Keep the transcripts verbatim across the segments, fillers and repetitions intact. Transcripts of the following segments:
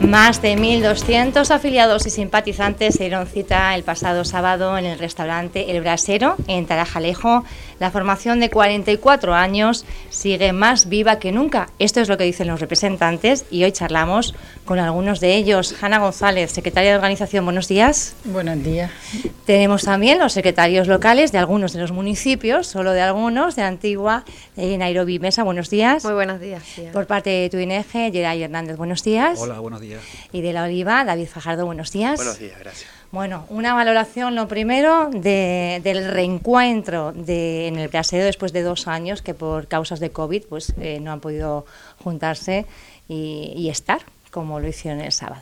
Más de mil doscientos afiliados y simpatizantes se dieron cita el pasado sábado en el restaurante El Brasero, en Tarajalejo. La formación de cuarenta y cuatro años sigue más viva que nunca. Esto es lo que dicen los representantes y hoy charlamos con algunos de ellos. Hanna González, secretaria de organización, buenos días. Buenos días. Tenemos también los secretarios locales de algunos de los municipios, solo de algunos, de Antigua, de Nairobi Mesa, buenos días. Muy buenos días. Tía. Por parte de Tuineje, Geray Hernández, buenos días. Hola, buenos días. Y de La Oliva, David Fajardo, buenos días. Buenos días, gracias. Bueno, una valoración, lo primero, de, del reencuentro de, en el Brasero después de dos años que por causas de COVID pues eh, no han podido juntarse y, y estar como lo hicieron el sábado.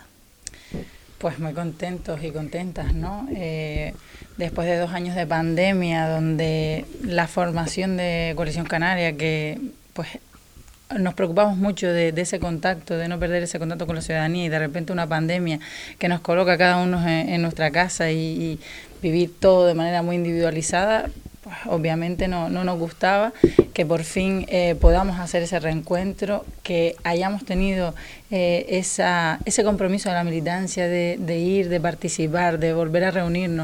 Pues muy contentos y contentas, ¿no? Eh, después de dos años de pandemia, donde la formación de Coalición Canaria, que pues nos preocupamos mucho de, de ese contacto, de no perder ese contacto con la ciudadanía, y de repente una pandemia que nos coloca a cada uno en, en nuestra casa y, y vivir todo de manera muy individualizada, pues obviamente no, no nos gustaba que por fin eh, podamos hacer ese reencuentro, que hayamos tenido eh, esa, ese compromiso de la militancia de, de ir, de participar, de volver a reunirnos,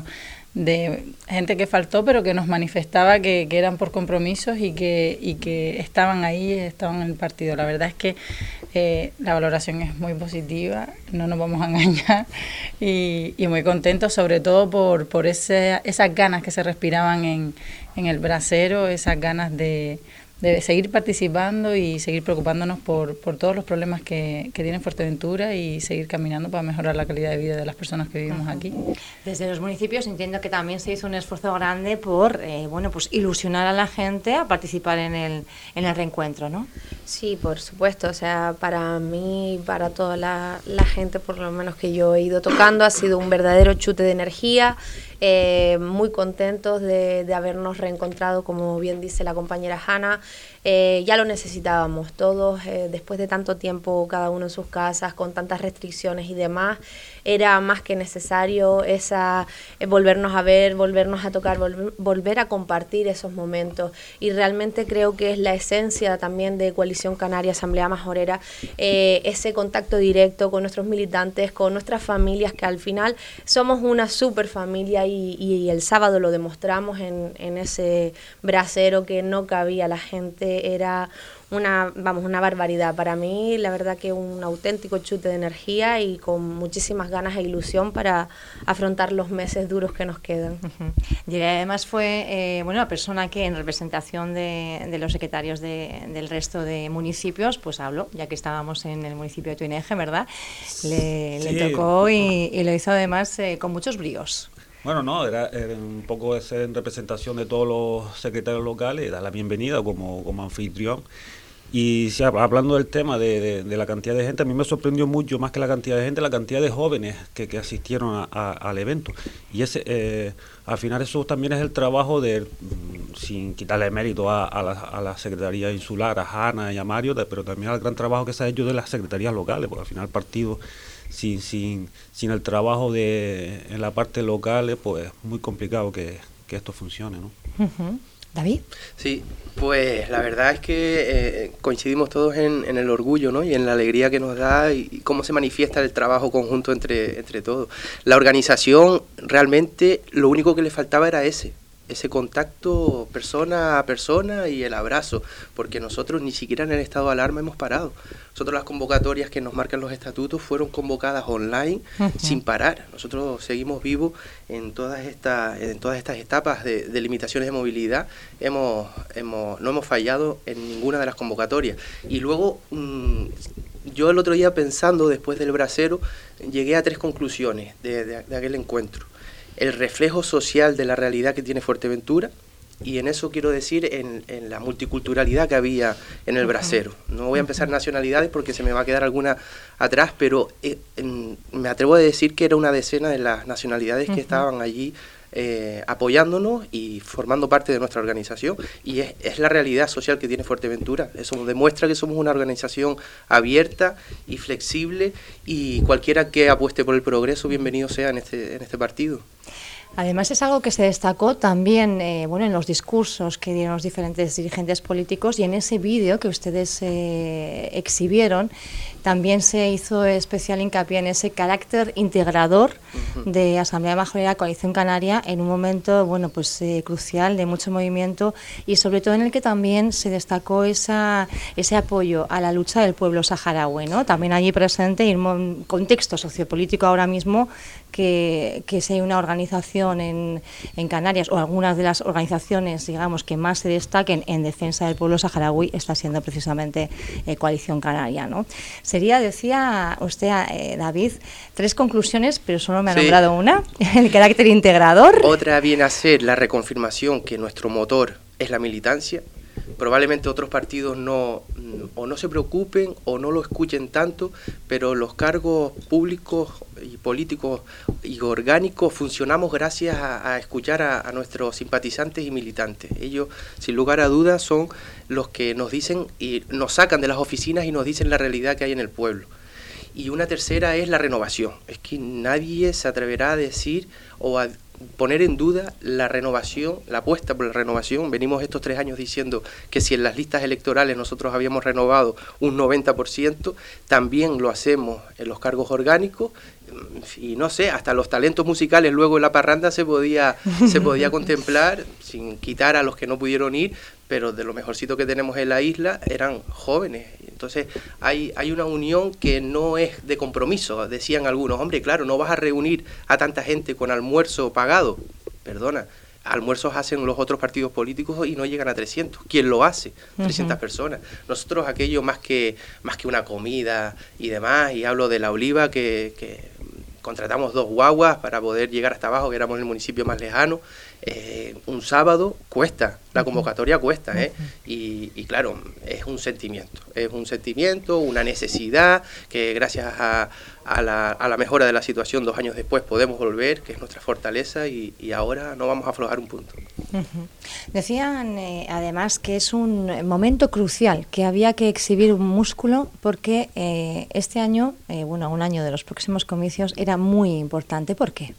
de gente que faltó pero que nos manifestaba que, que eran por compromisos y que, y que estaban ahí, estaban en el partido. La verdad es que eh, la valoración es muy positiva, no nos vamos a engañar, y, y muy contentos sobre todo por, por ese, esas ganas que se respiraban en, en el Brasero, esas ganas de, de seguir participando y seguir preocupándonos por, por todos los problemas que, que tiene Fuerteventura y seguir caminando para mejorar la calidad de vida de las personas que vivimos aquí. Desde los municipios entiendo que también se hizo un esfuerzo grande por eh, bueno, pues ilusionar a la gente a participar en el, en el reencuentro, ¿no? Sí, por supuesto. O sea, para mí, para toda la, la gente, por lo menos que yo he ido tocando, ha sido un verdadero chute de energía. Eh, muy contentos de, de habernos reencontrado, como bien dice la compañera Hanna. Eh, ya lo necesitábamos todos, eh, después de tanto tiempo cada uno en sus casas, con tantas restricciones y demás, era más que necesario esa eh, volvernos a ver, volvernos a tocar, vol volver a compartir esos momentos, y realmente creo que es la esencia también de Coalición Canaria, Asamblea Majorera, eh, ese contacto directo con nuestros militantes, con nuestras familias, que al final somos una super familia, y, y el sábado lo demostramos en, en ese brasero que no cabía la gente. Era una, vamos, una barbaridad. Para mí, la verdad que un auténtico chute de energía y con muchísimas ganas e ilusión para afrontar los meses duros que nos quedan. Uh-huh. Y además fue eh, bueno, la persona que en representación de, de los secretarios de, del resto de municipios, pues habló, ya que estábamos en el municipio de Tuineje, ¿verdad? Le, sí. le tocó y, y lo hizo además eh, con muchos bríos. Bueno, no, era, era un poco de ser en representación de todos los secretarios locales, dar la bienvenida como, como anfitrión. Y sí, hablando del tema de, de, de la cantidad de gente, a mí me sorprendió mucho, más que la cantidad de gente, la cantidad de jóvenes que, que asistieron a, a, al evento. Y ese, eh, al final eso también es el trabajo de, sin quitarle mérito a, a, la, a la Secretaría Insular, a Hanna y a Mario, de, pero también al gran trabajo que se ha hecho de las secretarías locales, porque al final el partido, sin, sin, sin el trabajo de en la parte local, pues es muy complicado que, que esto funcione, ¿no? Uh-huh. ¿David? Sí, pues la verdad es que eh, coincidimos todos en, en el orgullo, ¿no? Y en la alegría que nos da y, y cómo se manifiesta el trabajo conjunto entre, entre todos. La organización, realmente lo único que le faltaba era ese, ese contacto persona a persona y el abrazo, porque nosotros ni siquiera en el estado de alarma hemos parado. Nosotros las convocatorias que nos marcan los estatutos fueron convocadas online uh-huh. sin parar. Nosotros seguimos vivos en todas estas en todas estas etapas de, de limitaciones de movilidad. Hemos, hemos no hemos fallado en ninguna de las convocatorias. Y luego mmm, yo el otro día, pensando después del brasero, llegué a tres conclusiones de, de, de aquel encuentro. El reflejo social de la realidad que tiene Fuerteventura, y en eso quiero decir en, en la multiculturalidad que había en el brasero. No voy a empezar nacionalidades porque se me va a quedar alguna atrás, pero eh, en, me atrevo a decir que era una decena de las nacionalidades que estaban allí eh, apoyándonos y formando parte de nuestra organización, y es, es la realidad social que tiene Fuerteventura. Eso demuestra que somos una organización abierta y flexible, y cualquiera que apueste por el progreso, bienvenido sea en este, en este partido. Además es algo que se destacó también eh, bueno, en los discursos que dieron los diferentes dirigentes políticos y en ese vídeo que ustedes eh, exhibieron también se hizo especial hincapié en ese carácter integrador de Asamblea Majorera Coalición Canaria en un momento bueno pues eh, crucial de mucho movimiento y sobre todo en el que también se destacó esa, ese apoyo a la lucha del pueblo saharaui, ¿no? También allí presente y en un contexto sociopolítico ahora mismo que, que si hay una organización En, en Canarias o algunas de las organizaciones digamos que más se destaquen en defensa del pueblo saharaui está siendo precisamente eh, Coalición Canaria, ¿no? Sería, decía usted, eh, David, tres conclusiones, pero solo me ha sí. nombrado una, el carácter integrador. Otra viene a ser la reconfirmación que nuestro motor es la militancia. Probablemente otros partidos no o no se preocupen o no lo escuchen tanto, pero los cargos públicos y políticos y orgánicos funcionamos gracias a, a escuchar a, a nuestros simpatizantes y militantes. Ellos, sin lugar a dudas, son los que nos dicen y nos sacan de las oficinas y nos dicen la realidad que hay en el pueblo. Y una tercera es la renovación. Es que nadie se atreverá a decir o a poner en duda la renovación, la apuesta por la renovación. Venimos estos tres años diciendo que si en las listas electorales nosotros habíamos renovado un noventa por ciento, también lo hacemos en los cargos orgánicos y no sé, hasta los talentos musicales luego en la parranda se podía, se podía contemplar sin quitar a los que no pudieron ir, pero de lo mejorcito que tenemos en la isla eran jóvenes. Entonces hay, hay una unión que no es de compromiso. Decían algunos, hombre, claro, no vas a reunir a tanta gente con almuerzo pagado. Perdona, almuerzos hacen los otros partidos políticos y no llegan a trescientos. ¿Quién lo hace? trescientas uh-huh. personas. Nosotros aquello más que, más que una comida y demás, y hablo de La Oliva, que, que contratamos dos guaguas para poder llegar hasta abajo, que éramos el municipio más lejano. Eh, un sábado cuesta, la convocatoria cuesta, ¿eh? y, y claro, es un sentimiento, es un sentimiento, una necesidad que gracias a, a, la, a la mejora de la situación dos años después podemos volver, que es nuestra fortaleza y, y ahora no vamos a aflojar un punto. Uh-huh. Decían eh, además que es un momento crucial, que había que exhibir un músculo porque eh, este año, eh, bueno, un año de los próximos comicios era muy importante. ¿Por qué?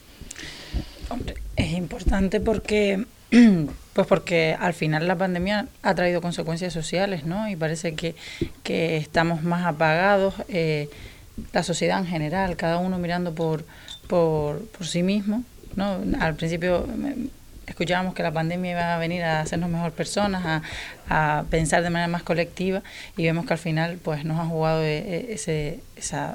Hombre, es importante porque pues porque al final la pandemia ha traído consecuencias sociales, ¿no? Y parece que, que estamos más apagados, eh, la sociedad en general, cada uno mirando por, por, por sí mismo, ¿no? Al principio escuchábamos que la pandemia iba a venir a hacernos mejor personas, a, a pensar de manera más colectiva, y vemos que al final pues nos ha jugado ese, esa...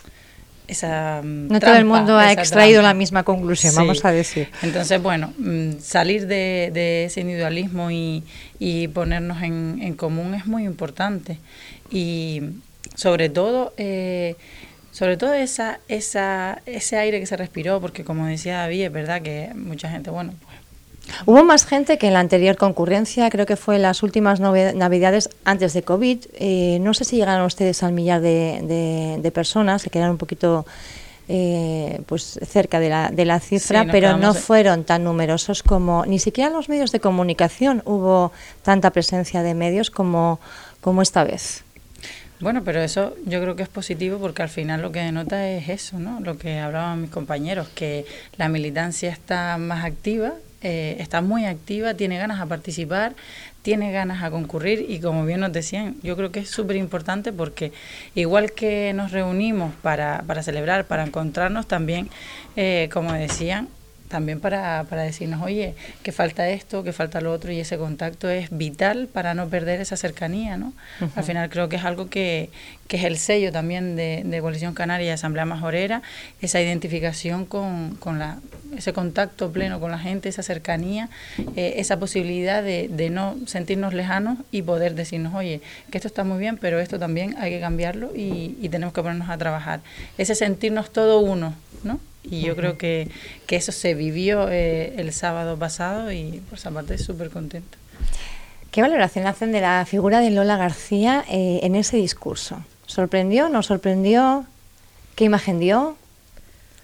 Esa no trampa, todo el mundo ha extraído trampa. la misma conclusión, sí. Vamos a decir. Entonces, bueno, salir de, de ese individualismo y, y ponernos en, en común es muy importante. Y sobre todo, eh, sobre todo esa, esa, ese aire que se respiró, porque como decía David, es verdad que mucha gente, bueno, pues, hubo más gente que en la anterior concurrencia, creo que fue en las últimas navidades antes de COVID. Eh, no sé si llegaron ustedes al millar de, de, de personas, se quedaron un poquito eh, pues cerca de la, de la cifra, sí, pero no de... fueron tan numerosos como, ni siquiera en los medios de comunicación hubo tanta presencia de medios como, como esta vez. Bueno, pero eso yo creo que es positivo porque al final lo que denota es eso, ¿no? Lo que hablaban mis compañeros, que la militancia está más activa, eh, está muy activa, tiene ganas a participar, tiene ganas a concurrir y como bien nos decían, yo creo que es súper importante porque igual que nos reunimos para, para celebrar, para encontrarnos también, eh, como decían, también para, para decirnos, oye, que falta esto, que falta lo otro, y ese contacto es vital para no perder esa cercanía, ¿no? Uh-huh. Al final creo que es algo que, que es el sello también de, de Coalición Canaria y Asamblea Majorera, esa identificación con, con la, ese contacto pleno con la gente, esa cercanía, eh, esa posibilidad de, de no sentirnos lejanos y poder decirnos, oye, que esto está muy bien, pero esto también hay que cambiarlo y, y tenemos que ponernos a trabajar. Ese sentirnos todo uno, ¿no? Y yo creo que, que eso se vivió eh, el sábado pasado y por esa parte es súper contenta. ¿Qué valoración hacen de la figura de Lola García eh, en ese discurso? ¿Sorprendió? ¿No sorprendió? ¿Qué imagen dio?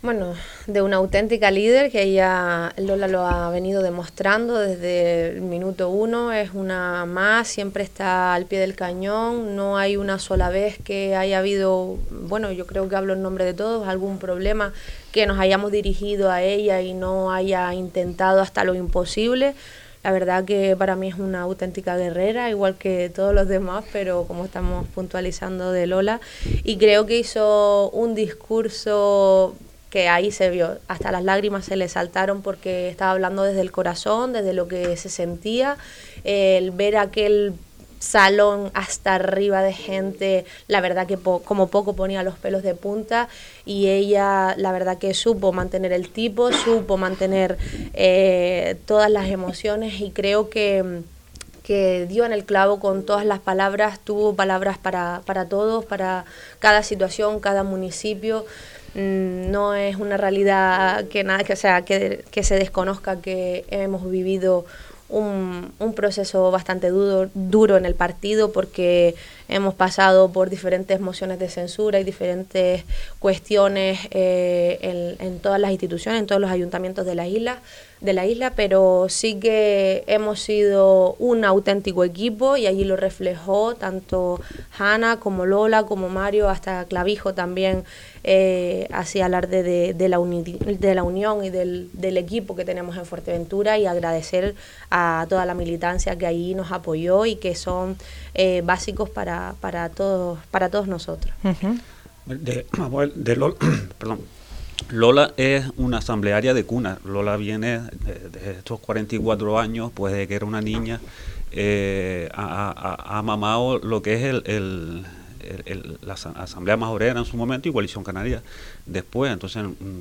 Bueno, de una auténtica líder que ella, Lola lo ha venido demostrando desde el minuto uno, es una más, siempre está al pie del cañón, no hay una sola vez que haya habido, bueno, yo creo que hablo en nombre de todos, algún problema que nos hayamos dirigido a ella y no haya intentado hasta lo imposible. La verdad que para mí es una auténtica guerrera, igual que todos los demás, pero como estamos puntualizando de Lola, y creo que hizo un discurso que ahí se vio, hasta las lágrimas se le saltaron porque estaba hablando desde el corazón, desde lo que se sentía, el ver aquel salón hasta arriba de gente, la verdad que po como poco ponía los pelos de punta, y ella la verdad que supo mantener el tipo, supo mantener eh, todas las emociones, y creo que que dio en el clavo con todas las palabras, tuvo palabras para, para todos, para cada situación, cada municipio. No es una realidad que nada que o sea que, que se desconozca que hemos vivido un, un proceso bastante duro, duro en el partido, porque hemos pasado por diferentes mociones de censura y diferentes cuestiones eh, en, en todas las instituciones, en todos los ayuntamientos de la isla, de la isla, pero sí que hemos sido un auténtico equipo, y allí lo reflejó tanto Hanna como Lola, como Mario, hasta Clavijo también eh, hacía alarde de, de, la uni, de la unión y del, del equipo que tenemos en Fuerteventura, y agradecer a toda la militancia que allí nos apoyó y que son eh, básicos para, para, todos, para todos nosotros. Uh-huh. de, de Lola, perdón. Lola es una asamblearia de cuna. Lola viene de, de estos cuarenta y cuatro años, pues de que era una niña, eh, ha, ha, ha mamado lo que es el, el, el, el, la Asamblea Majorera en su momento y Coalición Canaria después. Entonces,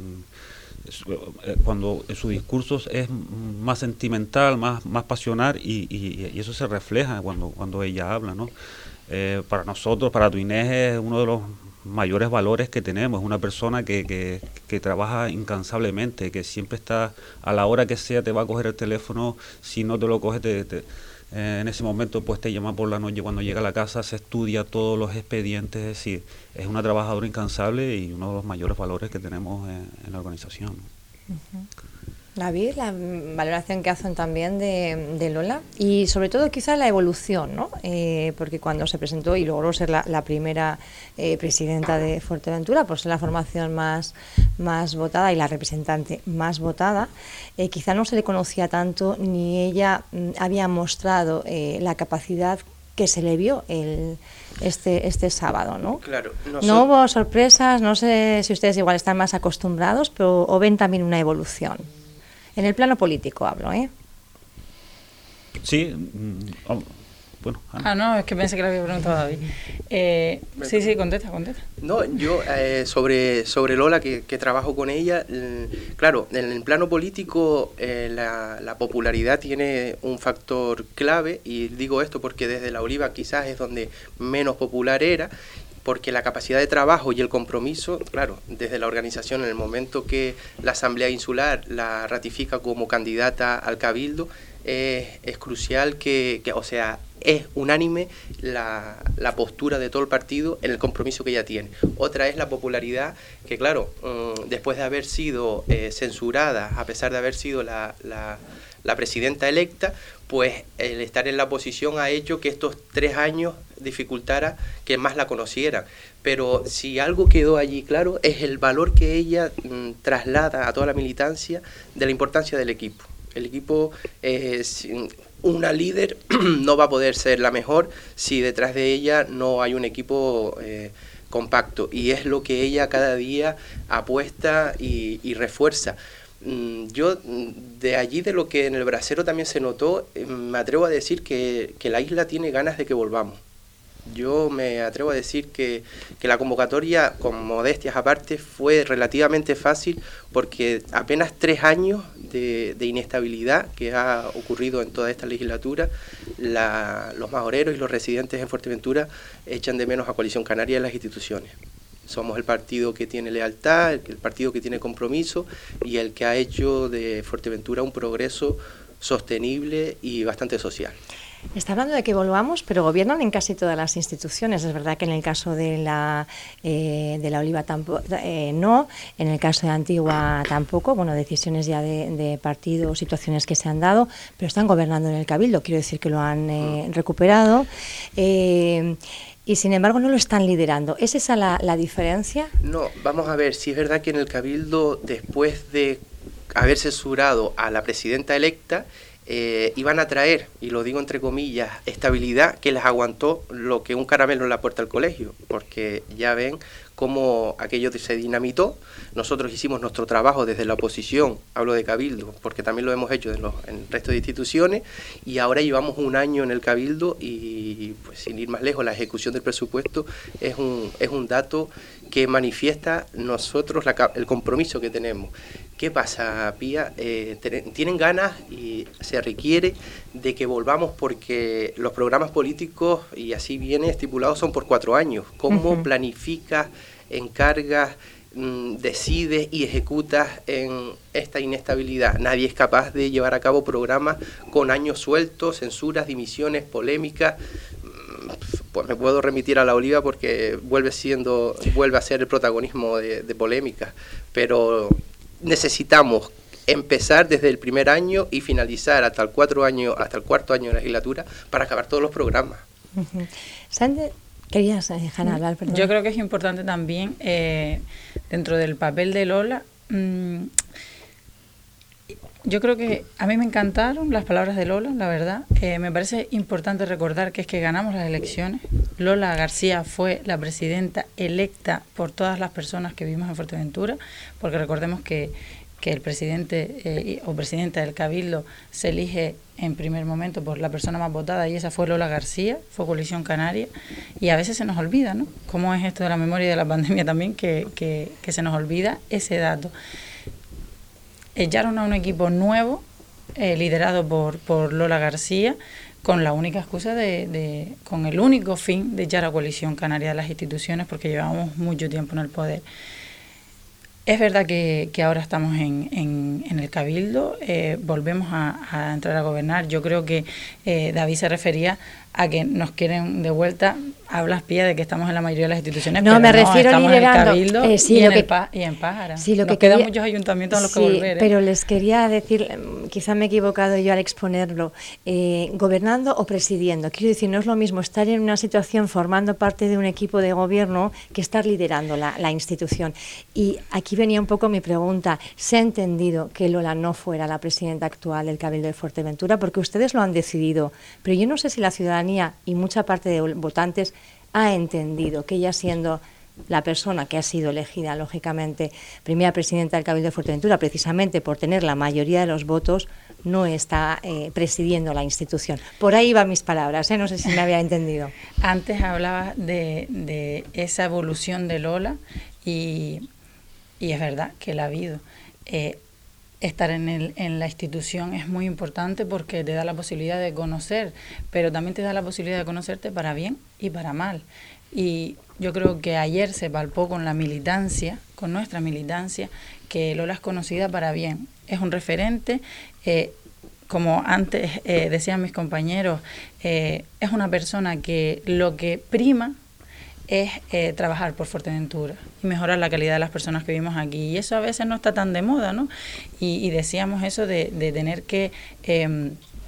cuando su discurso es más sentimental, más, más pasional, y, y, y eso se refleja cuando, cuando ella habla, ¿no? Eh, para nosotros, para tu Inés, es uno de los mayores valores que tenemos. Es una persona que, que, que trabaja incansablemente, que siempre está, a la hora que sea te va a coger el teléfono. Si no te lo coge, te, te, eh, en ese momento pues te llama por la noche. Cuando llega a la casa se estudia todos los expedientes. Es decir, es una trabajadora incansable y uno de los mayores valores que tenemos en, en la organización. Uh-huh. David, la valoración que hacen también de, de Lola, y sobre todo quizá la evolución, ¿no? Eh, porque cuando se presentó y logró ser la, la primera eh, presidenta de Fuerteventura, por ser la formación más, más votada y la representante más votada, eh, quizá no se le conocía tanto, ni ella mm, había mostrado eh, la capacidad que se le vio el, este, este sábado, ¿no? Claro. Nosotros... No hubo sorpresas, no sé si ustedes igual están más acostumbrados, pero o ven también una evolución. En el plano político hablo, ¿eh? Sí, oh, bueno. Ana. Ah, no, es que pensé que le había preguntado a David. Eh, sí, sí, contesta, contesta. No, yo eh, sobre, sobre Lola, que, que trabajo con ella, eh, claro, en el plano político eh, la, la popularidad tiene un factor clave, y digo esto porque desde La Oliva quizás es donde menos popular era, porque la capacidad de trabajo y el compromiso, claro, desde la organización, en el momento que la Asamblea Insular la ratifica como candidata al Cabildo, eh, es crucial que, que, o sea, es unánime la, la postura de todo el partido en el compromiso que ella tiene. Otra es la popularidad, que claro, um, después de haber sido eh, censurada, a pesar de haber sido la, la, la presidenta electa, pues el estar en la oposición ha hecho que estos tres años dificultara que más la conocieran. Pero si algo quedó allí claro es el valor que ella mm, traslada a toda la militancia de la importancia del equipo. El equipo, eh, una líder no va a poder ser la mejor si detrás de ella no hay un equipo eh, compacto, y es lo que ella cada día apuesta y, y refuerza. Yo, de allí, de lo que en el brasero también se notó, me atrevo a decir que, que la isla tiene ganas de que volvamos. Yo me atrevo a decir que, que la convocatoria, con modestias aparte, fue relativamente fácil, porque apenas tres años de, de inestabilidad que ha ocurrido en toda esta legislatura, la, los majoreros y los residentes en Fuerteventura echan de menos a Coalición Canaria en las instituciones. Somos el partido que tiene lealtad, el, el partido que tiene compromiso y el que ha hecho de Fuerteventura un progreso sostenible y bastante social. Está hablando de que volvamos, pero gobiernan en casi todas las instituciones. Es verdad que en el caso de la eh, de la Oliva tampoco, eh, no, en el caso de Antigua tampoco. Bueno, decisiones ya de, de partido, situaciones que se han dado, pero están gobernando en el Cabildo. Quiero decir que lo han eh, recuperado. Eh, Y sin embargo no lo están liderando. ¿Es esa la, la diferencia? No, vamos a ver, si es verdad que en el Cabildo, después de haber censurado a la presidenta electa, eh, iban a traer, y lo digo entre comillas, estabilidad que les aguantó lo que un caramelo en la puerta del colegio, porque ya ven cómo aquello se dinamitó. Nosotros hicimos nuestro trabajo desde la oposición, hablo de Cabildo, porque también lo hemos hecho en, los, en el resto de instituciones, y ahora llevamos un año en el Cabildo y, pues sin ir más lejos, la ejecución del presupuesto es un, es un dato que manifiesta nosotros la, el compromiso que tenemos. ¿Qué pasa, Pía? Eh, tienen ganas y se requiere de que volvamos porque los programas políticos, y así viene estipulado, son por cuatro años. ¿Cómo uh-huh. planificas, encargas, mmm, decides y ejecutas en esta inestabilidad? Nadie es capaz de llevar a cabo programas con años sueltos, censuras, dimisiones, polémicas. Pues me puedo remitir a la Oliva porque vuelve siendo, vuelve a ser el protagonismo de, de polémicas, pero necesitamos empezar desde el primer año y finalizar hasta el cuatro año, hasta el cuarto año de legislatura para acabar todos los programas. Uh-huh. Sande, querías, eh, Hanna, hablar, perdón. Yo creo que es importante también, eh, dentro del papel de Lola, mmm, yo creo que a mí me encantaron las palabras de Lola, la verdad. Eh, me parece importante recordar que es que ganamos las elecciones. Lola García fue la presidenta electa por todas las personas que vivimos en Fuerteventura, porque recordemos que, que el presidente eh, o presidenta del Cabildo se elige en primer momento por la persona más votada, y esa fue Lola García, fue Coalición Canaria, y a veces se nos olvida, ¿no? Cómo es esto de la memoria y de la pandemia también, que, que, que se nos olvida ese dato. Echaron a un equipo nuevo, eh, liderado por, por Lola García, con la única excusa de, de, con el único fin de echar a Coalición Canaria de las instituciones, porque llevamos mucho tiempo en el poder. Es verdad que, que ahora estamos en, en, en el Cabildo, eh, volvemos a, a entrar a gobernar. Yo creo que eh, David se refería a que nos quieren de vuelta. Hablas, Pía, de que estamos en la mayoría de las instituciones, no, pero me no, refiero estamos liderando. en el Cabildo eh, sí, y, lo en que, el pa y en Pájara. Sí, lo nos que quedan quería, muchos ayuntamientos a los sí, que volver. ¿eh? Pero les quería decir, quizá me he equivocado yo al exponerlo, eh, gobernando o presidiendo. Quiero decir, no es lo mismo estar en una situación formando parte de un equipo de gobierno que estar liderando la, la institución. Y aquí venía un poco mi pregunta. ¿Se ha entendido que Lola no fuera la presidenta actual del Cabildo de Fuerteventura? Porque ustedes lo han decidido, pero yo no sé si la ciudadanía y mucha parte de votantes ha entendido que ella, siendo la persona que ha sido elegida, lógicamente, primera presidenta del Cabildo de Fuerteventura, precisamente por tener la mayoría de los votos, no está eh, presidiendo la institución. Por ahí van mis palabras, ¿eh? No sé si me había entendido. Antes hablaba de, de esa evolución de Lola y, y es verdad que la ha habido. Eh, estar en, el, en la institución es muy importante porque te da la posibilidad de conocer, pero también te da la posibilidad de conocerte para bien y para mal. Y yo creo que ayer se palpó con la militancia, con nuestra militancia, que Lola es conocida para bien. Es un referente, eh, como antes eh, decían mis compañeros, eh, es una persona que lo que prima es eh, trabajar por Fuerteventura y mejorar la calidad de las personas que vivimos aquí, y eso a veces no está tan de moda, ¿no? Y, y decíamos eso de, de tener que eh,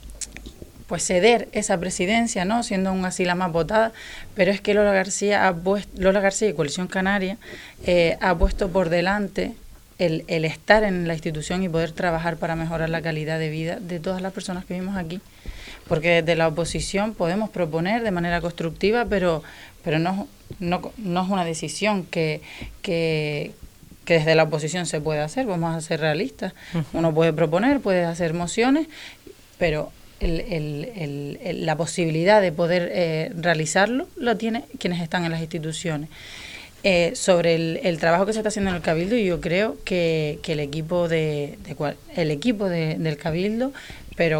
pues ceder esa presidencia, ¿no? Siendo aún así la más votada, pero es que Lola García ha puesto, Lola García y Coalición Canaria eh, ha puesto por delante el, el estar en la institución y poder trabajar para mejorar la calidad de vida de todas las personas que vivimos aquí. Porque desde la oposición podemos proponer de manera constructiva, pero pero no, no, no es una decisión que, que, que desde la oposición se puede hacer. Vamos a ser realistas. Uh-huh. Uno puede proponer, puede hacer mociones, pero el, el, el, el, la posibilidad de poder eh, realizarlo lo tienen quienes están en las instituciones. Eh, sobre el, el trabajo que se está haciendo en el Cabildo, yo creo que, que el equipo de, de el equipo de, del Cabildo, pero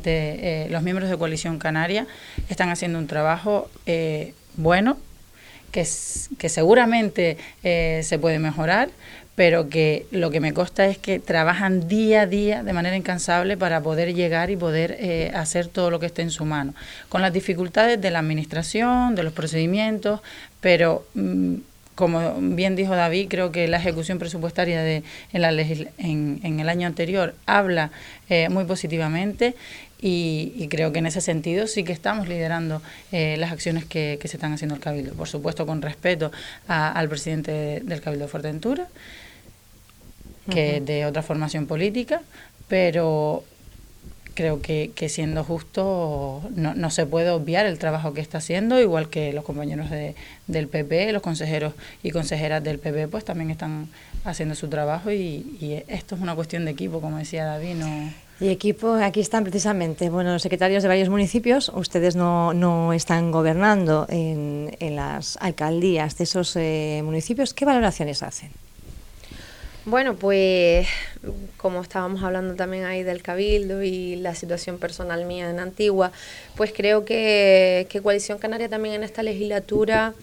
concretamente eh, los miembros de Coalición Canaria, están haciendo un trabajo eh, bueno, que, que seguramente eh, se puede mejorar, pero que lo que me consta es que trabajan día a día de manera incansable para poder llegar y poder eh, hacer todo lo que esté en su mano, con las dificultades de la administración, de los procedimientos, pero mm, como bien dijo David, creo que la ejecución presupuestaria de en, la legisl- en, en el año anterior habla eh, muy positivamente. Y, y creo que en ese sentido sí que estamos liderando eh, las acciones que, que se están haciendo el Cabildo. Por supuesto, con respeto a, al presidente del Cabildo de Fuerteventura, que es de otra formación política, pero creo que, que siendo justo no, no se puede obviar el trabajo que está haciendo, igual que los compañeros de, del P P, los consejeros y consejeras del P P, pues también están haciendo su trabajo y, y esto es una cuestión de equipo, como decía David, no... Y equipo, aquí están precisamente, bueno, los secretarios de varios municipios, ustedes no, no están gobernando en, en las alcaldías de esos eh, municipios, ¿qué valoraciones hacen? Bueno, pues como estábamos hablando también ahí del Cabildo y la situación personal mía en Antigua, pues creo que, que Coalición Canaria también en esta legislatura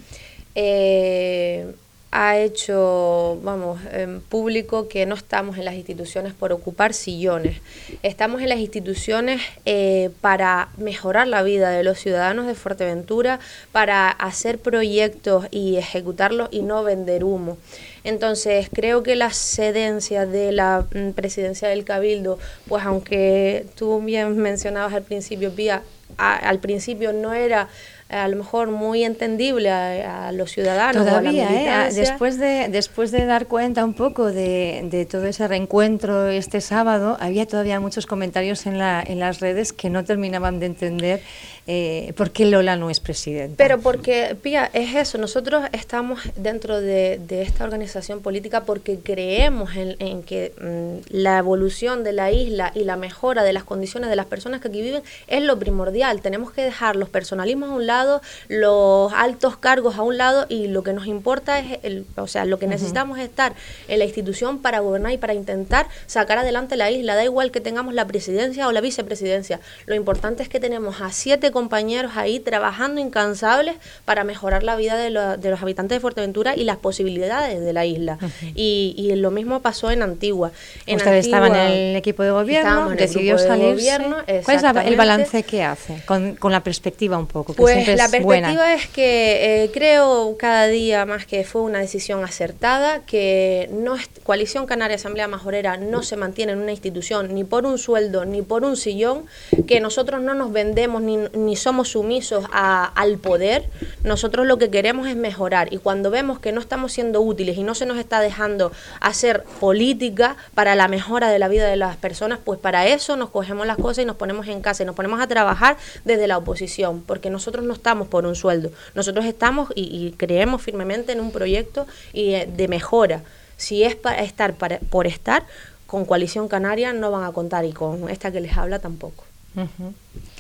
eh, ha hecho, vamos, en público que no estamos en las instituciones por ocupar sillones. Estamos en las instituciones eh, para mejorar la vida de los ciudadanos de Fuerteventura, para hacer proyectos y ejecutarlos y no vender humo. Entonces, creo que la cedencia de la mm, presidencia del Cabildo, pues aunque tú bien mencionabas al principio, Pía, a, al principio no era a lo mejor muy entendible a, a los ciudadanos. Todavía, o a la ¿eh? después de después de dar cuenta un poco de, de todo ese reencuentro este sábado, había todavía muchos comentarios en, la, en las redes que no terminaban de entender eh, por qué Lola no es presidenta. Pero porque, Pía, es eso, nosotros estamos dentro de, de esta organización política porque creemos en, en que mmm, la evolución de la isla y la mejora de las condiciones de las personas que aquí viven es lo primordial. Tenemos que dejar los personalismos a un lado, los altos cargos a un lado, y lo que nos importa es, el, o sea, lo que necesitamos es estar en la institución para gobernar y para intentar sacar adelante la isla. Da igual que tengamos la presidencia o la vicepresidencia. Lo importante es que tenemos a siete compañeros ahí trabajando incansables para mejorar la vida de, lo, de los habitantes de Fuerteventura y las posibilidades de la isla. Uh-huh. y, y lo mismo pasó en Antigua. En Ustedes Antigua, estaban en el equipo de gobierno, decidió salirse. ¿Cuál es la, el balance que hace con, con la perspectiva un poco? Que pues la perspectiva buena. es que eh, creo cada día más que fue una decisión acertada, que no es, Coalición Canaria Asamblea Majorera no se mantiene en una institución ni por un sueldo ni por un sillón, que nosotros no nos vendemos ni, ni somos sumisos a, al poder. Nosotros lo que queremos es mejorar, y cuando vemos que no estamos siendo útiles y no se nos está dejando hacer política para la mejora de la vida de las personas, pues para eso nos cogemos las cosas y nos ponemos en casa y nos ponemos a trabajar desde la oposición, porque nosotros no estamos por un sueldo, nosotros estamos y, y creemos firmemente en un proyecto y de mejora. Si es para estar para, por estar, con Coalición Canaria no van a contar, y con esta que les habla tampoco. Uh-huh.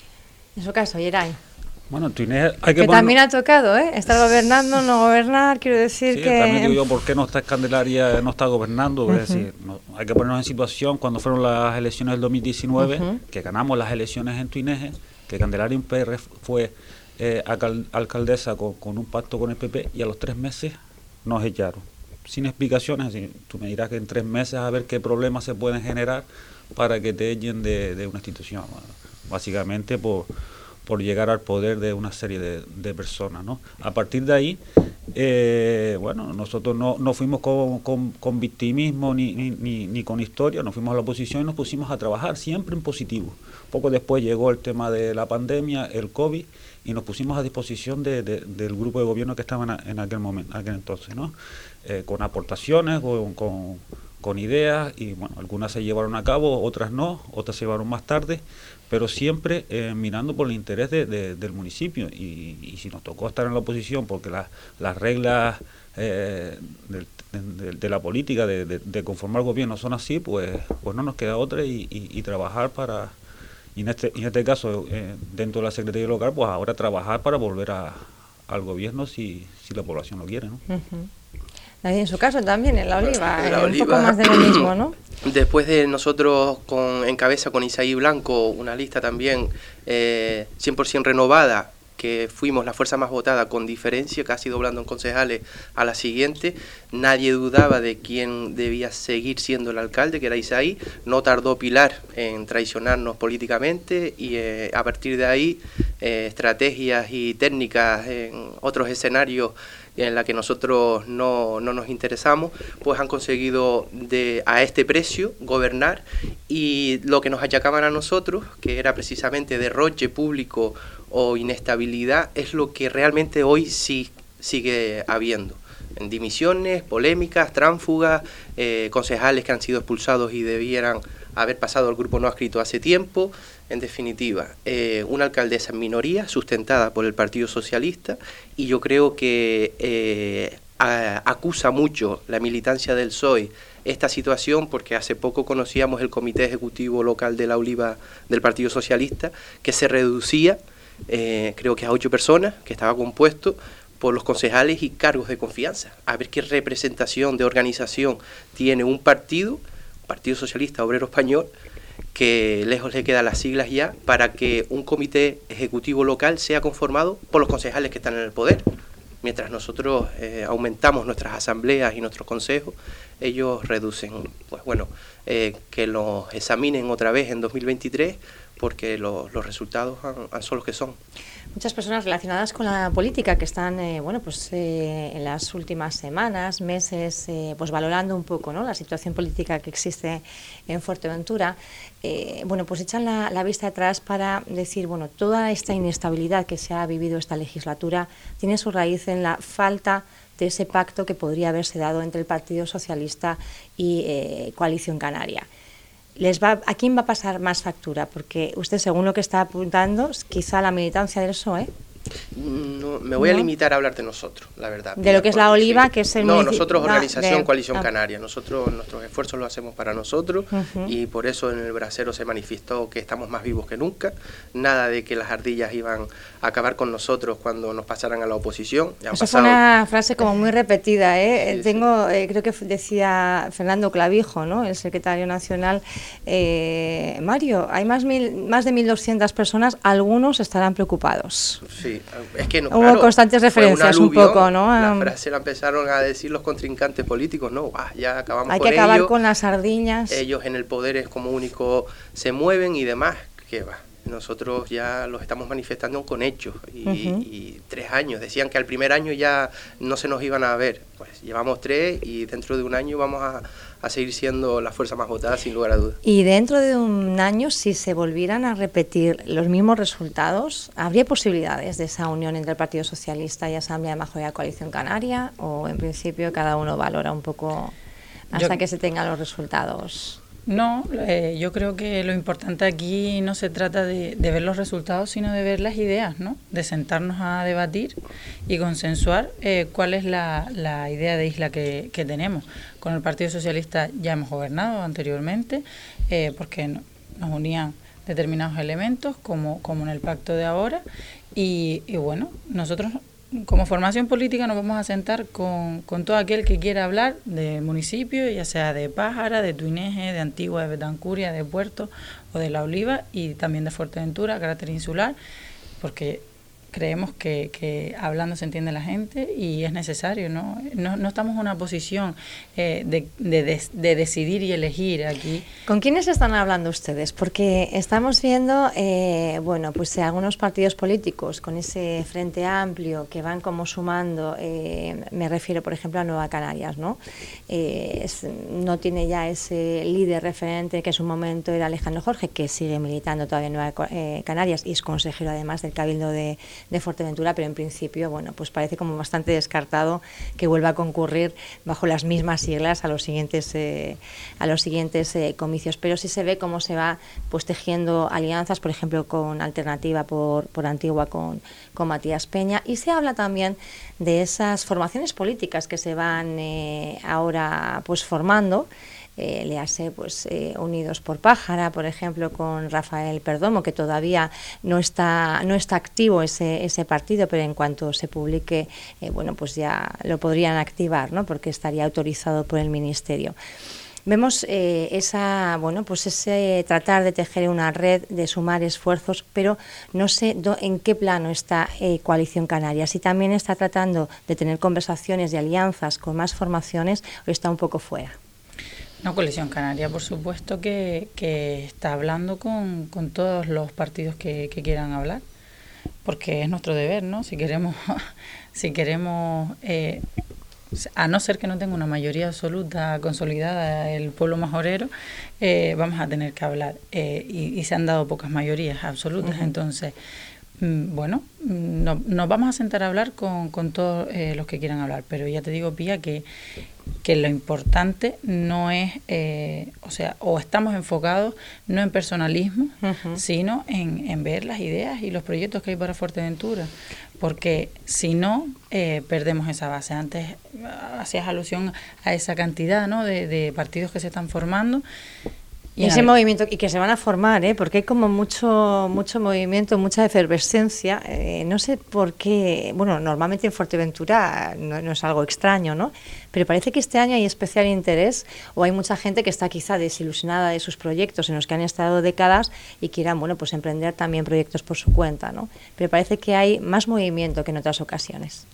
En su caso, Yeray. Bueno, Túnez hay que, que poner... también ha tocado, ¿eh? Estar gobernando, no gobernar, quiero decir sí, que... también digo yo, ¿por qué no está Candelaria, no está gobernando? Uh-huh. Es decir, no, hay que ponernos en situación cuando fueron las elecciones del dos mil diecinueve, uh-huh. que ganamos las elecciones en Túnez, que Candelaria en P R fue eh, alcal- alcaldesa con, con un pacto con el P P, y a los tres meses nos echaron. Sin explicaciones, así, tú me dirás que en tres meses a ver qué problemas se pueden generar para que te echen de, de una institución, básicamente por... por llegar al poder de una serie de, de personas, ¿no? A partir de ahí, eh, bueno, nosotros no, no fuimos con, con, con victimismo ni, ni, ni, ni con historia, nos fuimos a la oposición y nos pusimos a trabajar siempre en positivo. Poco después llegó el tema de la pandemia, el COVID, y nos pusimos a disposición de, de, del grupo de gobierno que estaba en, en aquel momento, aquel entonces, ¿no? Eh, con aportaciones, con, con, con ideas, y bueno, algunas se llevaron a cabo, otras no, otras se llevaron más tarde, pero siempre eh, mirando por el interés de, de, del municipio, y, y si nos tocó estar en la oposición porque la, las reglas eh, de, de, de la política de, de, de conformar gobierno son así, pues pues no nos queda otra y, y, y trabajar para, y en este, en este caso eh, dentro de la Secretaría Local, pues ahora trabajar para volver a, al gobierno si, si la población lo quiere, ¿no? Uh-huh. En su caso también, en la Oliva, en la un Oliva, poco más de lo mismo, ¿no? Después de nosotros con, en cabeza con Isaí Blanco, una lista también eh, cien por ciento renovada, que fuimos la fuerza más votada con diferencia, casi doblando en concejales a la siguiente. Nadie dudaba de quién debía seguir siendo el alcalde, que era Isaí. No tardó Pilar en traicionarnos políticamente y eh, a partir de ahí eh, estrategias y técnicas en otros escenarios en la que nosotros no, no nos interesamos, pues han conseguido de, a este precio gobernar, y lo que nos achacaban a nosotros, que era precisamente derroche público o inestabilidad, es lo que realmente hoy sí sigue habiendo. En dimisiones, polémicas, tránsfugas, eh, concejales que han sido expulsados y debieran haber pasado al grupo no adscrito hace tiempo. En definitiva, eh, una alcaldesa en minoría, sustentada por el Partido Socialista, y yo creo que eh, a, acusa mucho la militancia del P S O E esta situación, porque hace poco conocíamos el Comité Ejecutivo Local de La Oliva del Partido Socialista, que se reducía, eh, creo que a ocho personas, que estaba compuesto por los concejales y cargos de confianza. A ver qué representación de organización tiene un partido, Partido Socialista Obrero Español, que lejos le quedan las siglas ya, para que un comité ejecutivo local sea conformado por los concejales que están en el poder. Mientras nosotros eh, aumentamos nuestras asambleas y nuestros consejos, ellos reducen. Pues bueno, eh, que los examinen otra vez en dos mil veintitrés, porque lo, los resultados han, han son los que son. Muchas personas relacionadas con la política que están, eh, bueno, pues eh, en las últimas semanas, meses, eh, pues valorando un poco, ¿no?, la situación política que existe en Fuerteventura, eh, bueno, pues echan la, la vista atrás para decir, bueno, toda esta inestabilidad que se ha vivido esta legislatura tiene su raíz en la falta de ese pacto que podría haberse dado entre el Partido Socialista y eh, Coalición Canaria. Les va, ¿a quién va a pasar más factura? Porque usted, según lo que está apuntando, quizá la militancia del P S O E. No, me voy ¿No? a limitar a hablar de nosotros, la verdad. De lo que es La Oliva, sí. que es el No, nosotros, Organización de, Coalición ah. Canaria. Nosotros, nuestros esfuerzos los hacemos para nosotros, uh-huh. y por eso en el brasero se manifestó que estamos más vivos que nunca. Nada de que las ardillas iban a acabar con nosotros cuando nos pasaran a la oposición. Ya Eso pasado... fue una frase como muy repetida, ¿eh? Sí, Tengo, sí. Eh, creo que decía Fernando Clavijo, ¿no?, el secretario nacional, eh, Mario, hay más, mil, más de mil doscientas personas, algunos estarán preocupados. Sí, es que no, Hubo claro, constantes referencias un, aluvión, un poco, ¿no? La frase la empezaron a decir los contrincantes políticos, no, ah, ya acabamos Hay con que acabar ellos, con las sardiñas. Ellos en el poder es como único se mueven y demás, que va. Nosotros ya los estamos manifestando con hechos y, uh-huh. y tres años. Decían que al primer año ya no se nos iban a ver. Pues llevamos tres y dentro de un año vamos a, a seguir siendo la fuerza más votada, sin lugar a dudas. Y dentro de un año, si se volvieran a repetir los mismos resultados, ¿habría posibilidades de esa unión entre el Partido Socialista y Asamblea de Mayoría Coalición Canaria? ¿O en principio cada uno valora un poco hasta yo... que se tengan los resultados? No, eh, yo creo que lo importante aquí no se trata de, de ver los resultados, sino de ver las ideas, ¿no? De sentarnos a debatir y consensuar eh, cuál es la, la idea de isla que, que tenemos. Con el Partido Socialista ya hemos gobernado anteriormente, eh, porque no, nos unían determinados elementos, como, como en el pacto de ahora, y, y bueno, nosotros... Como formación política nos vamos a sentar con, con todo aquel que quiera hablar del municipio, ya sea de Pájara, de Tuineje, de Antigua, de Betancuria, de Puerto o de La Oliva, y también de Fuerteventura, carácter insular, porque creemos que, que hablando se entiende la gente y es necesario, ¿no? No, no estamos en una posición eh, de, de, de, de decidir y elegir aquí. ¿Con quiénes están hablando ustedes? Porque estamos viendo, eh, bueno, pues algunos partidos políticos con ese frente amplio que van como sumando, eh, me refiero por ejemplo a Nueva Canarias, ¿no? Eh, es, no tiene ya ese líder referente que en su momento era Alejandro Jorge, que sigue militando todavía en Nueva eh, Canarias y es consejero además del Cabildo de de Fuerteventura, pero en principio, bueno, pues parece como bastante descartado que vuelva a concurrir bajo las mismas siglas a los siguientes eh, a los siguientes eh, comicios, pero sí se ve cómo se va pues tejiendo alianzas, por ejemplo, con Alternativa por, por Antigua, con, con Matías Peña, y se habla también de esas formaciones políticas que se van eh, ahora pues formando. Eh, le hace pues eh, Unidos por Pájara, por ejemplo, con Rafael Perdomo, que todavía no está no está activo ese ese partido, pero en cuanto se publique, eh, bueno, pues ya lo podrían activar, ¿no? Porque estaría autorizado por el Ministerio. Vemos eh, esa, bueno, pues ese tratar de tejer una red, de sumar esfuerzos, pero no sé do, en qué plano está eh, Coalición Canaria. Si también está tratando de tener conversaciones de alianzas con más formaciones o está un poco fuera. No, Coalición Canaria, por supuesto que, que está hablando con, con todos los partidos que, que quieran hablar, porque es nuestro deber, ¿no? Si queremos, si queremos eh, a no ser que no tenga una mayoría absoluta consolidada el pueblo majorero, eh, vamos a tener que hablar. Eh, y, y se han dado pocas mayorías absolutas, uh-huh. Entonces, mm, bueno, no, nos vamos a sentar a hablar con, con todos eh, los que quieran hablar, pero ya te digo, Pía, que, que lo importante no es, eh, o sea, o estamos enfocados no en personalismo, uh-huh. sino en, en ver las ideas y los proyectos que hay para Fuerteventura. Porque si no, eh, perdemos esa base. Antes hacías alusión a esa cantidad, ¿no?, de, de partidos que se están formando. Y ese movimiento, y que se van a formar, ¿eh? Porque hay como mucho mucho movimiento, mucha efervescencia. Eh, no sé por qué, bueno, normalmente en Fuerteventura no, no es algo extraño, ¿no? Pero parece que este año hay especial interés, o hay mucha gente que está quizá desilusionada de sus proyectos en los que han estado décadas y quieran, bueno, pues emprender también proyectos por su cuenta, ¿no? Pero parece que hay más movimiento que en otras ocasiones.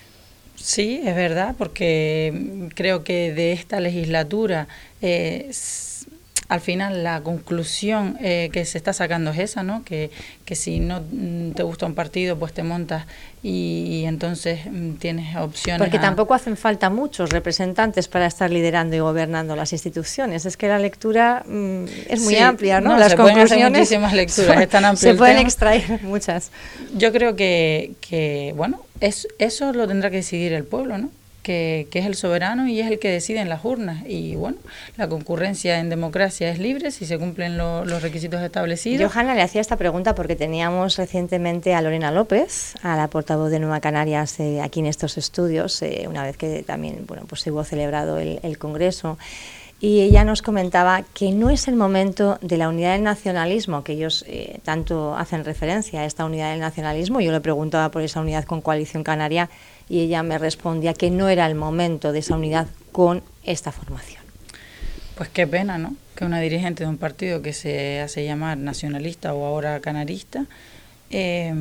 Sí, es verdad, porque creo que de esta legislatura eh, al final la conclusión eh, que se está sacando es esa, ¿no? Que, que si no te gusta un partido, pues te montas y, y entonces mm, tienes opciones. Porque a... tampoco hacen falta muchos representantes para estar liderando y gobernando las instituciones. Es que la lectura mm, es muy sí, amplia, ¿no? no Las se conclusiones pueden hacer muchísimas lecturas, son, es tan amplio se pueden tema. extraer muchas. Yo creo que, que bueno, es, eso lo tendrá que decidir el pueblo, ¿no? Que, que es el soberano y es el que decide en las urnas. Y bueno, la concurrencia en democracia es libre si se cumplen lo, los requisitos establecidos. Johanna le hacía esta pregunta porque teníamos recientemente a Lorena López, a la portavoz de Nueva Canarias, eh, aquí en estos estudios, eh, una vez que también, bueno, pues se hubo celebrado el, el Congreso. Y ella nos comentaba que no es el momento de la unidad del nacionalismo, que ellos eh, tanto hacen referencia a esta unidad del nacionalismo. Yo le preguntaba por esa unidad con Coalición Canaria y ella me respondía que no era el momento de esa unidad con esta formación. Pues qué pena, ¿no?, que una dirigente de un partido que se hace llamar nacionalista o ahora canarista eh,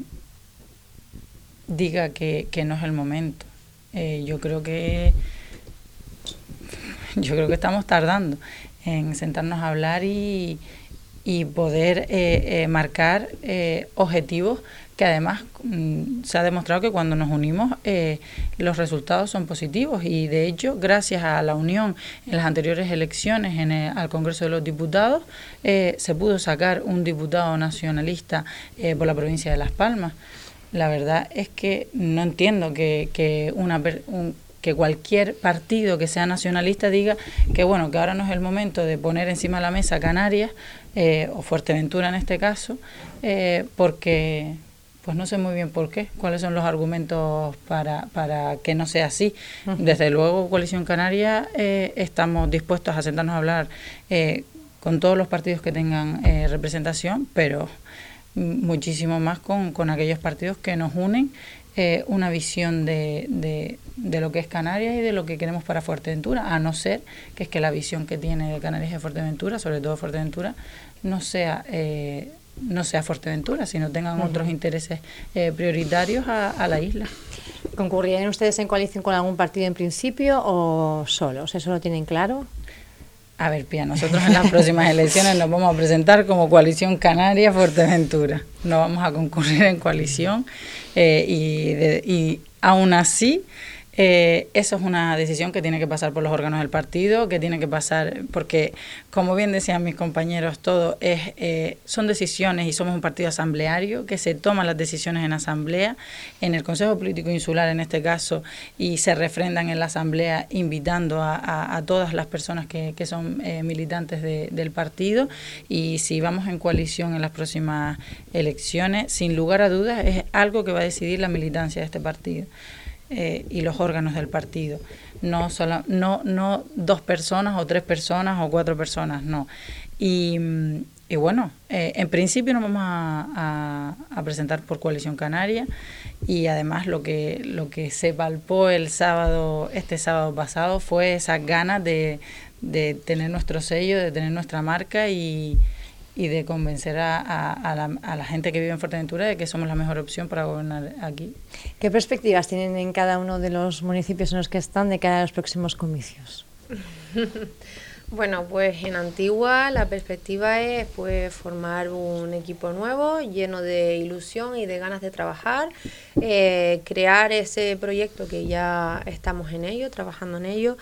diga que, que no es el momento. Eh, yo creo que yo creo que estamos tardando en sentarnos a hablar y, y poder eh, eh, marcar eh, objetivos que además mm, se ha demostrado que cuando nos unimos eh, los resultados son positivos y de hecho gracias a la unión en las anteriores elecciones en el, al Congreso de los Diputados eh, se pudo sacar un diputado nacionalista eh, por la provincia de Las Palmas. La verdad es que no entiendo que, que una un, que cualquier partido que sea nacionalista diga que bueno, que ahora no es el momento de poner encima de la mesa Canarias eh, o Fuerteventura en este caso, eh, porque pues no sé muy bien por qué, cuáles son los argumentos para, para que no sea así. Uh-huh. Desde luego, Coalición Canaria, eh, estamos dispuestos a sentarnos a hablar eh, con todos los partidos que tengan eh, representación, pero muchísimo más con, con aquellos partidos que nos unen eh, una visión de, de, de lo que es Canarias y de lo que queremos para Fuerteventura, a no ser que es que la visión que tiene de Canarias y Fuerteventura, sobre todo Fuerteventura, no sea... Eh, no sea Fuerteventura, sino tengan uh-huh. otros intereses eh, prioritarios a, a la isla. ¿Concurrirían ustedes en coalición con algún partido en principio o solos? ¿Eso lo tienen claro? A ver, Pía, nosotros en las próximas elecciones nos vamos a presentar como Coalición Canaria Fuerteventura. No vamos a concurrir en coalición eh, y, de, y aún así... Eh, eso es una decisión que tiene que pasar por los órganos del partido, que tiene que pasar, porque como bien decían mis compañeros, todo es eh, son decisiones y somos un partido asambleario que se toman las decisiones en asamblea, en el Consejo Político Insular en este caso, y se refrendan en la asamblea invitando a, a, a todas las personas que, que son eh, militantes de, del partido, y si vamos en coalición en las próximas elecciones, sin lugar a dudas es algo que va a decidir la militancia de este partido. Eh, y los órganos del partido, no solo, no no dos personas o tres personas o cuatro personas, no. Y, y bueno, eh, en principio nos vamos a, a, a presentar por Coalición Canaria y además lo que, lo que se palpó el sábado, este sábado pasado fue esas ganas de, de tener nuestro sello, de tener nuestra marca y, y de convencer a, a, a, la, a la gente que vive en Fuerteventura de que somos la mejor opción para gobernar aquí. ¿Qué perspectivas tienen en cada uno de los municipios en los que están de cara a los próximos comicios? Bueno, pues en Antigua la perspectiva es pues formar un equipo nuevo, lleno de ilusión y de ganas de trabajar, eh, crear ese proyecto que ya estamos en ello, trabajando en ello,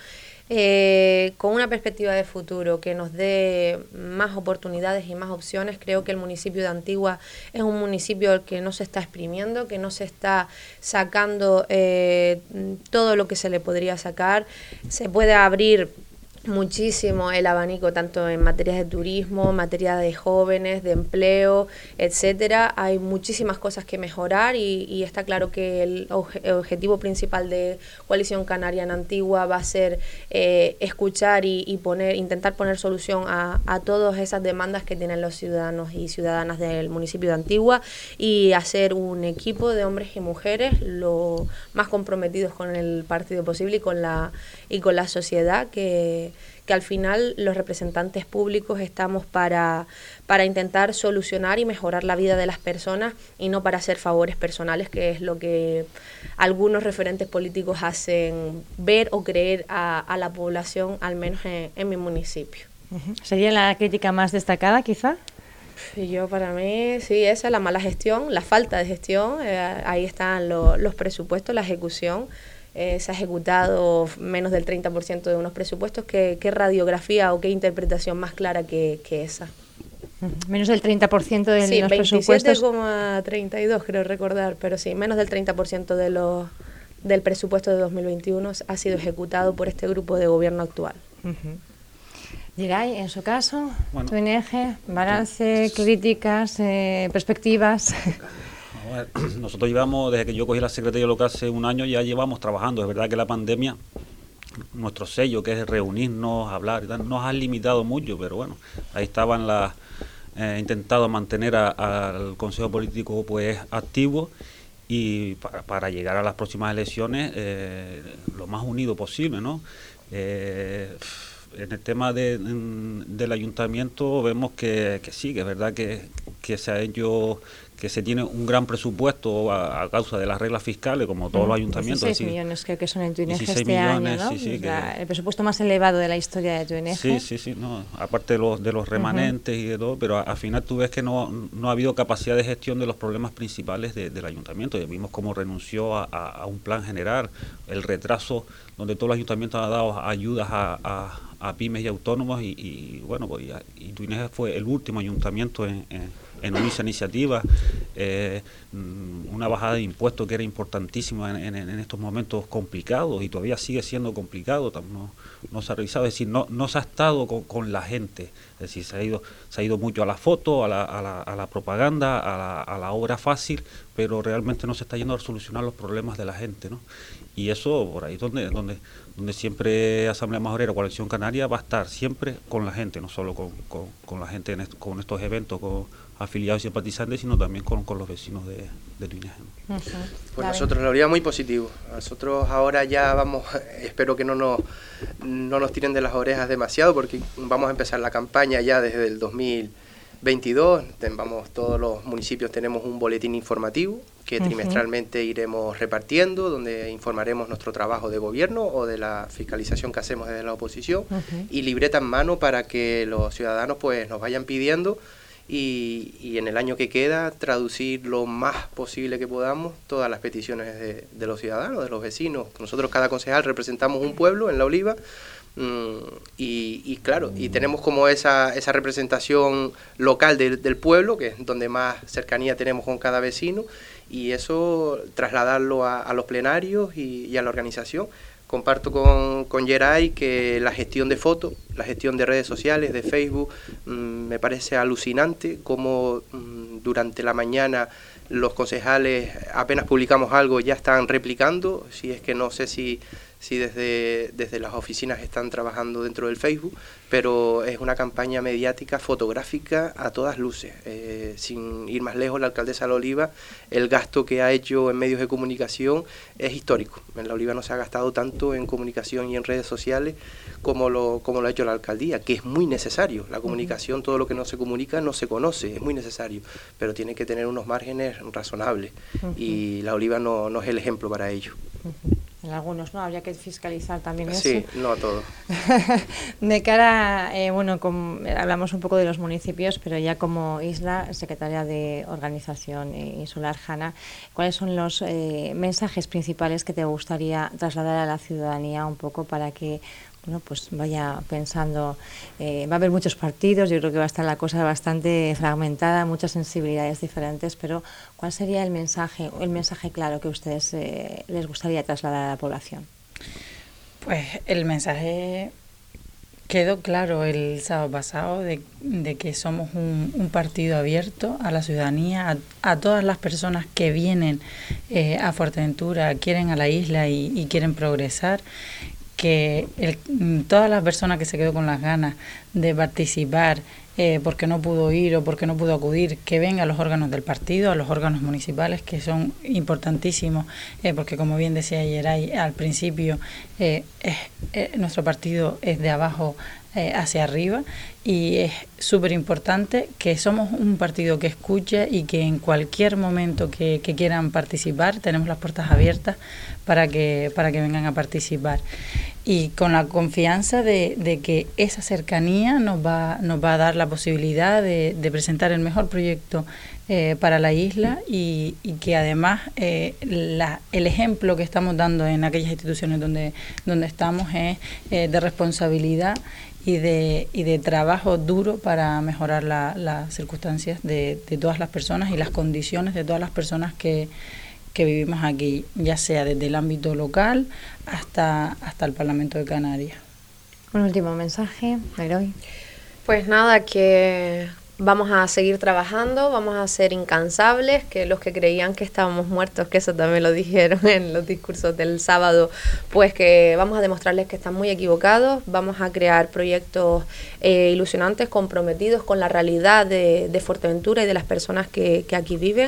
eh, con una perspectiva de futuro que nos dé más oportunidades y más opciones. Creo que el municipio de Antigua es un municipio al que no se está exprimiendo, que no se está sacando eh, todo lo que se le podría sacar. Se puede abrir muchísimo el abanico, tanto en materia de turismo, en materia de jóvenes, de empleo, etcétera. Hay muchísimas cosas que mejorar y, y está claro que el, obje, el objetivo principal de Coalición Canaria en Antigua va a ser eh, escuchar y, y poner, intentar poner solución a, a todas esas demandas que tienen los ciudadanos y ciudadanas del municipio de Antigua y hacer un equipo de hombres y mujeres lo más comprometidos con el partido posible y con la, y con la sociedad, que que al final los representantes públicos estamos para, para intentar solucionar y mejorar la vida de las personas y no para hacer favores personales, que es lo que algunos referentes políticos hacen ver o creer a, a la población, al menos en, en mi municipio. Uh-huh. ¿Sería la crítica más destacada, quizá? Yo, para mí, sí, esa es la mala gestión, la falta de gestión. Eh, ahí están lo, los presupuestos, la ejecución. Eh, se ha ejecutado menos del treinta por ciento de unos presupuestos. ¿Qué, qué radiografía o qué interpretación más clara que, que esa? Menos del treinta por ciento de sí, los presupuestos. veintisiete coma treinta y dos creo recordar, pero sí, menos del treinta por ciento de los, del presupuesto de dos mil veintiuno ha sido ejecutado por este grupo de gobierno actual. Uh-huh. Geray, en su caso, bueno, tu I N G, balance, críticas, eh, perspectivas. Nosotros llevamos, desde que yo cogí la Secretaría Local hace un año, ya llevamos trabajando. Es verdad que la pandemia, nuestro sello, que es reunirnos, hablar y tal, nos ha limitado mucho, pero bueno, ahí estaban las, eh, intentado mantener al Consejo Político pues activo y para, para llegar a las próximas elecciones eh, lo más unido posible, ¿no? Eh, en el tema de, en, del ayuntamiento vemos que, que sí, que es verdad que, que se ha hecho, que se tiene un gran presupuesto a, a causa de las reglas fiscales, como todos los ayuntamientos. dieciséis millones creo que son en tu I N G este millones, año, ¿no? Sí, sí, la, que, el presupuesto más elevado de la historia de tu I N G. Sí, sí, sí, no, aparte de los, de los remanentes uh-huh. y de todo, pero al final tú ves que no, no ha habido capacidad de gestión de los problemas principales de, del ayuntamiento. Ya vimos cómo renunció a, a, a un plan general, el retraso donde todos los ayuntamientos han dado ayudas a, a, a pymes y autónomos y, y bueno, pues y, y tu I N G fue el último ayuntamiento en, en en unirse a iniciativas, eh, una bajada de impuestos que era importantísima en, en, en estos momentos complicados y todavía sigue siendo complicado, no, no se ha revisado, es decir, no, no se ha estado con, con la gente, es decir, se ha ido, se ha ido mucho a la foto, a la, a la, a la propaganda, a la, a la obra fácil, pero realmente no se está yendo a solucionar los problemas de la gente, ¿no? Y eso por ahí donde, donde, donde siempre Asamblea Majorera, Coalición Canaria va a estar siempre con la gente, no solo con, con, con la gente en est- con estos eventos, con afiliados y simpatizantes, sino también con, con los vecinos de, de tu I N G. Uh-huh. Pues nosotros lo haríamos muy positivo. Nosotros ahora ya vamos, espero que no nos, no nos tiren de las orejas demasiado, porque vamos a empezar la campaña ya desde el dos mil veintidós. Vamos, todos los municipios tenemos un boletín informativo que uh-huh. trimestralmente iremos repartiendo, donde informaremos nuestro trabajo de gobierno o de la fiscalización que hacemos desde la oposición, uh-huh. y libreta en mano para que los ciudadanos pues nos vayan pidiendo y, y en el año que queda traducir lo más posible que podamos todas las peticiones de, de los ciudadanos, de los vecinos. Nosotros, cada concejal, representamos un pueblo en La Oliva. Mm, y, y claro, y tenemos como esa, esa representación local de, del pueblo, que es donde más cercanía tenemos con cada vecino, y eso trasladarlo a, a los plenarios y, y a la organización. Comparto con, con Geray que la gestión de fotos, la gestión de redes sociales, de Facebook, mmm, me parece alucinante cómo mmm, durante la mañana los concejales, apenas publicamos algo, ya están replicando. Si es que no sé si si desde, desde las oficinas están trabajando dentro del Facebook, pero es una campaña mediática, fotográfica a todas luces. Eh, sin ir más lejos, la alcaldesa de La Oliva, el gasto que ha hecho en medios de comunicación es histórico. En La Oliva no se ha gastado tanto en comunicación y en redes sociales como lo, como lo ha hecho la alcaldía, que es muy necesario. La comunicación, todo lo que no se comunica no se conoce, es muy necesario, pero tiene que tener unos márgenes razonables, uh-huh. y La Oliva no, no es el ejemplo para ello. Uh-huh. En algunos, ¿no? Habría que fiscalizar también eso. Sí, no a todos. De cara, eh, bueno, con, hablamos un poco de los municipios, pero ya como isla, secretaria de Organización Insular, Hanna, ¿cuáles son los eh, mensajes principales que te gustaría trasladar a la ciudadanía un poco para que, bueno, pues vaya pensando? Eh, va a haber muchos partidos, yo creo que va a estar la cosa bastante fragmentada, muchas sensibilidades diferentes, pero ¿cuál sería el mensaje, el mensaje claro que a ustedes eh, les gustaría trasladar a la población? Pues el mensaje quedó claro el sábado pasado de, de que somos un, un partido abierto a la ciudadanía, a, a todas las personas que vienen eh, a Fuerteventura, quieren a la isla y, y quieren progresar, que el, todas las personas que se quedó con las ganas de participar eh, porque no pudo ir o porque no pudo acudir, que venga a los órganos del partido, a los órganos municipales, que son importantísimos, eh, porque como bien decía Yeray al principio, eh, eh, eh, nuestro partido es de abajo eh, hacia arriba, y es súper importante que somos un partido que escucha y que en cualquier momento que, que quieran participar tenemos las puertas abiertas para que, para que vengan a participar. Y con la confianza de, de que esa cercanía nos va, nos va a dar la posibilidad de, de presentar el mejor proyecto eh, para la isla, y, y que además eh, la, el ejemplo que estamos dando en aquellas instituciones donde, donde estamos es eh, de responsabilidad y de, y de trabajo duro para mejorar la, las circunstancias de, de todas las personas y las condiciones de todas las personas que, que vivimos aquí, ya sea desde el ámbito local hasta, hasta el Parlamento de Canarias. Un último mensaje, Yeray. Pues nada, que vamos a seguir trabajando, vamos a ser incansables, que los que creían que estábamos muertos, que eso también lo dijeron en los discursos del sábado, pues que vamos a demostrarles que están muy equivocados, vamos a crear proyectos eh, ilusionantes, comprometidos con la realidad de, de Fuerteventura y de las personas que, que aquí viven,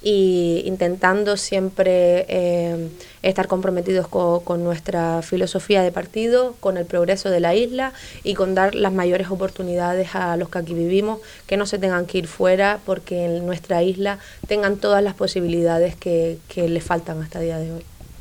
y intentando siempre eh, estar comprometidos con, con nuestra filosofía de partido, con el progreso de la isla y con dar las mayores oportunidades a los que aquí vivimos, que no se tengan que ir fuera, porque en nuestra isla tengan todas las posibilidades que, que les faltan hasta el día de hoy.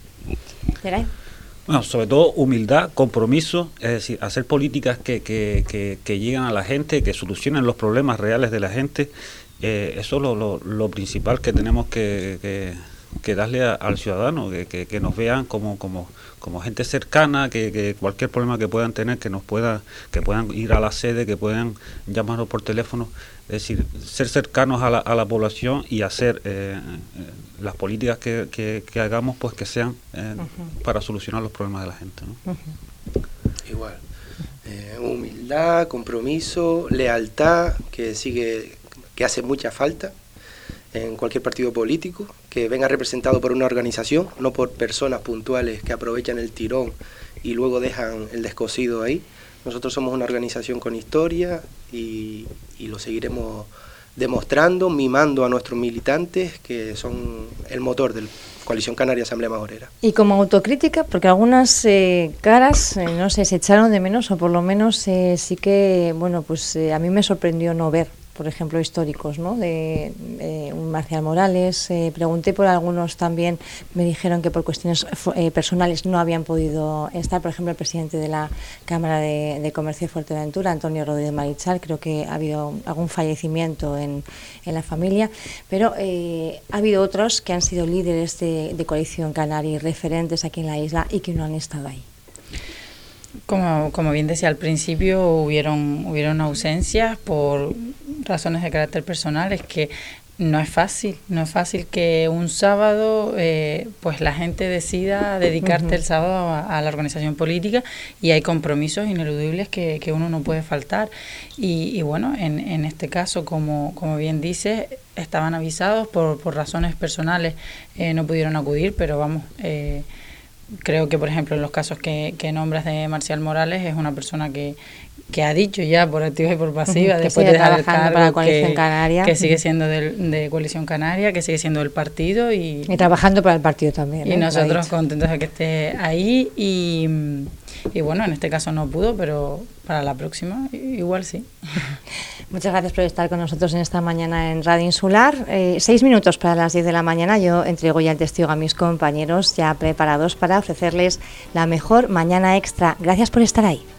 ¿Yeray? Bueno, sobre todo humildad, compromiso, es decir, hacer políticas que, que, que, que lleguen a la gente, que solucionen los problemas reales de la gente. Eh, eso es lo, lo, lo principal que tenemos que, que, que darle a, al ciudadano, que, que, que nos vean como, como, como gente cercana, que, que cualquier problema que puedan tener, que nos pueda, que puedan ir a la sede, que puedan llamarnos por teléfono. Es decir, ser cercanos a la, a la población y hacer eh, eh, las políticas que, que, que hagamos, pues que sean eh, uh-huh. para solucionar los problemas de la gente, ¿no? Uh-huh. Igual. Eh, humildad, compromiso, lealtad, que sigue, que hace mucha falta en cualquier partido político, que venga representado por una organización, no por personas puntuales que aprovechan el tirón y luego dejan el descosido ahí. Nosotros somos una organización con historia y, y lo seguiremos demostrando, mimando a nuestros militantes, que son el motor de la Coalición Canaria Asamblea Majorera. Y como autocrítica, porque algunas eh, caras, eh, no sé, se echaron de menos, o por lo menos eh, sí que, bueno, pues eh, a mí me sorprendió no ver, por ejemplo, históricos, ¿no? De, de un Marcial Morales. Eh, pregunté por algunos también, me dijeron que por cuestiones eh, personales no habían podido estar. Por ejemplo, el presidente de la Cámara de, de Comercio de Fuerteventura, Antonio Rodríguez Marichal, creo que ha habido algún fallecimiento en, en la familia, pero eh, ha habido otros que han sido líderes de, de Coalición Canaria y referentes aquí en la isla y que no han estado ahí. Como, como bien decía al principio, hubieron, hubieron ausencias por razones de carácter personal. Es que no es fácil, no es fácil que un sábado eh, pues la gente decida dedicarte uh-huh. el sábado a, a la organización política, y hay compromisos ineludibles que, que uno no puede faltar. Y, y bueno, en, en este caso, como, como bien dices, estaban avisados por, por razones personales, eh, no pudieron acudir, pero vamos... Eh, creo que, por ejemplo, en los casos que, que nombras de Marcial Morales, es una persona que, que ha dicho ya por activa y por pasiva, que después de dejar el trabajando cargo, para la Coalición que, Canaria. que sigue siendo del, de Coalición Canaria, que sigue siendo del partido. Y, y trabajando para el partido también. Y ¿eh? nosotros contentos de que esté ahí y, y bueno, en este caso no pudo, pero para la próxima igual sí. Muchas gracias por estar con nosotros en esta mañana en Radio Insular. Eh, seis minutos para las diez de la mañana. Yo entrego ya el testigo a mis compañeros ya preparados para ofrecerles la mejor mañana extra. Gracias por estar ahí.